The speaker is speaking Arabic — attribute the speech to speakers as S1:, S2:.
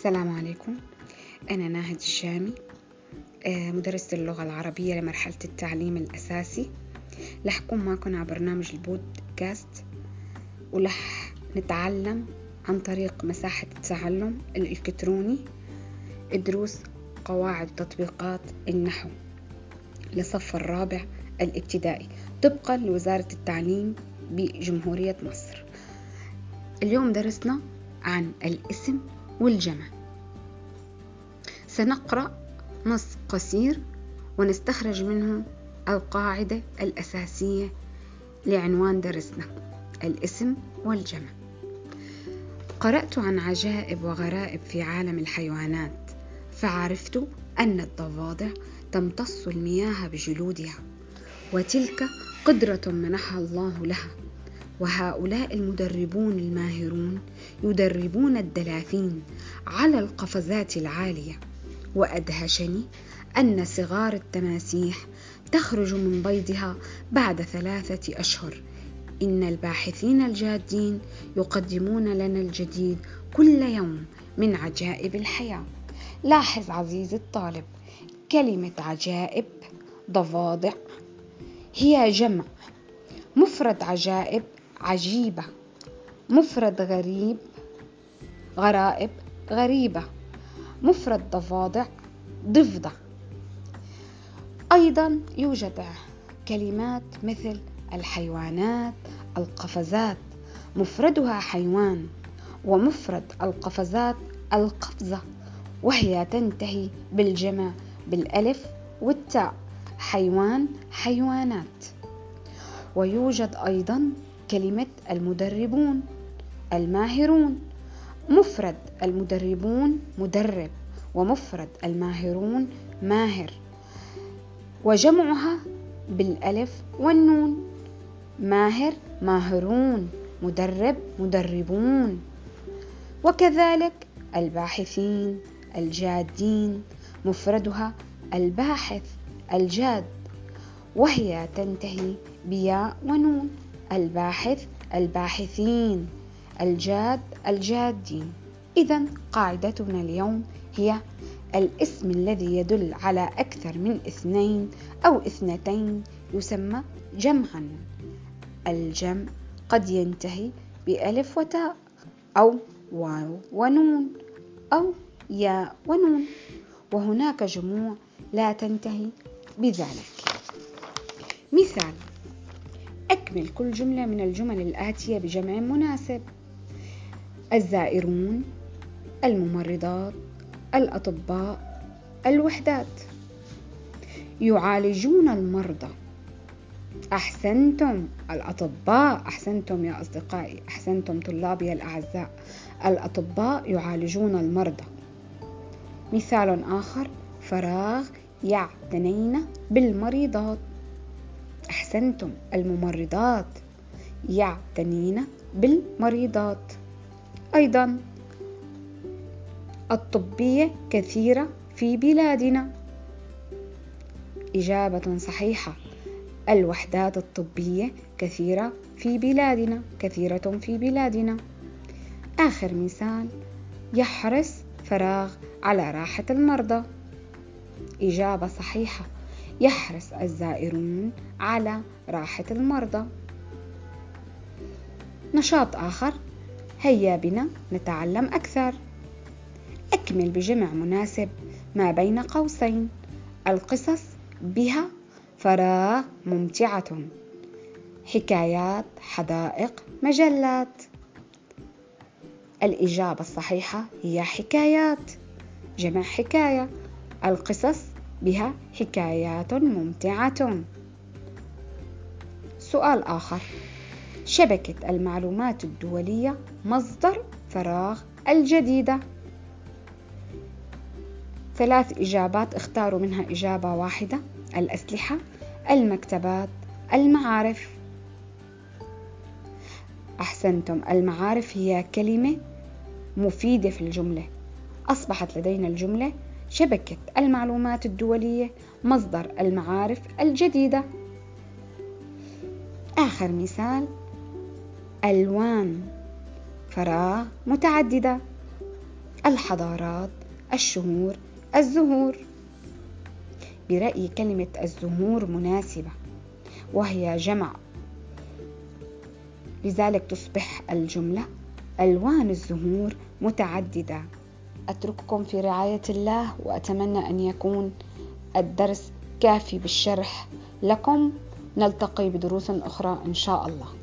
S1: السلام عليكم. أنا ناهد الشامي، مدرسة اللغة العربية لمرحلة التعليم الأساسي. رح أكون معكم على برنامج البودكاست، ورح نتعلم عن طريق مساحة التعلم الإلكتروني دروس قواعد تطبيقات النحو لصف الرابع الابتدائي طبقا لوزارة التعليم بجمهورية مصر. اليوم درسنا عن الاسم والجمع. سنقرأ نص قصير ونستخرج منه القاعدة الأساسية لعنوان درسنا: الاسم والجمع. قرأت عن عجائب وغرائب في عالم الحيوانات، فعرفت أن الضفادع تمتص المياه بجلودها، وتلك قدرة منحها الله لها. وهؤلاء المدربون الماهرون يدربون الدلافين على القفزات العالية. وأدهشني أن صغار التماسيح تخرج من بيضها بعد 3 أشهر. إن الباحثين الجادين يقدمون لنا الجديد كل يوم من عجائب الحياة. لاحظ عزيزي الطالب، كلمة عجائب ضفادع هي جمع. مفرد عجائب عجيبة، مفرد غريب غرائب غريبة، مفرد ضفادع ضفدع. أيضا يوجد كلمات مثل الحيوانات، القفزات مفردها حيوان، ومفرد القفزات القفزة، وهي تنتهي بالجمع بالألف والتاء: حيوان، حيوانات. ويوجد أيضا كلمة المدربون الماهرون. مفرد المدربون مدرب، ومفرد الماهرون ماهر، وجمعها بالألف والنون: ماهر، ماهرون، مدرب، مدربون. وكذلك الباحثين الجادين مفردها الباحث، الجاد، وهي تنتهي بياء ونون: الباحث، الباحثين، الجاد، الجادين. إذن قاعدتنا اليوم هي: الاسم الذي يدل على أكثر من 2 أو 2 يسمى جمعا. الجمع قد ينتهي بألف وتاء، أو واو ونون، أو ياء ونون، وهناك جموع لا تنتهي بذلك. مثال: أكمل كل جملة من الجمل الآتية بجمع مناسب: الزائرون، الممرضات، الأطباء، الوحدات. يعالجون المرضى. أحسنتم الأطباء، أحسنتم يا أصدقائي، أحسنتم طلابي الأعزاء. الأطباء يعالجون المرضى. مثال آخر: فراغ، يعتنين بالمريضات. أحسنتم الممرضات يعتنين بالمريضات. أيضا الطبية كثيرة في بلادنا. إجابة صحيحة: الوحدات الطبية كثيرة في بلادنا، كثيرة في بلادنا. آخر مثال: يحرص فراغ على راحة المرضى. إجابة صحيحة: يحرص الزائرون على راحة المرضى. نشاط آخر: هيا بنا نتعلم أكثر. أكمل بجمع مناسب ما بين قوسين: القصص بها فراغ ممتعة، حكايات، حدائق، مجلات. الإجابة الصحيحة هي حكايات، جمع حكاية. القصص بها حكايات ممتعة. سؤال آخر: شبكة المعلومات الدولية مصدر فراغ الجديدة. 3 إجابات، اختاروا منها إجابة واحدة: الأسلحة، المكتبات، المعارف. أحسنتم، المعارف هي كلمة مفيدة في الجملة. أصبحت لدينا الجملة: شبكة المعلومات الدولية مصدر المعارف الجديدة. آخر مثال: ألوان فراغ متعددة. الحضارات، الشهور، الزهور. برأيي كلمة الزهور مناسبة وهي جمع، لذلك تصبح الجملة ألوان الزهور متعددة. أترككم في رعاية الله، وأتمنى أن يكون الدرس كافي بالشرح لكم. نلتقي بدروس أخرى إن شاء الله.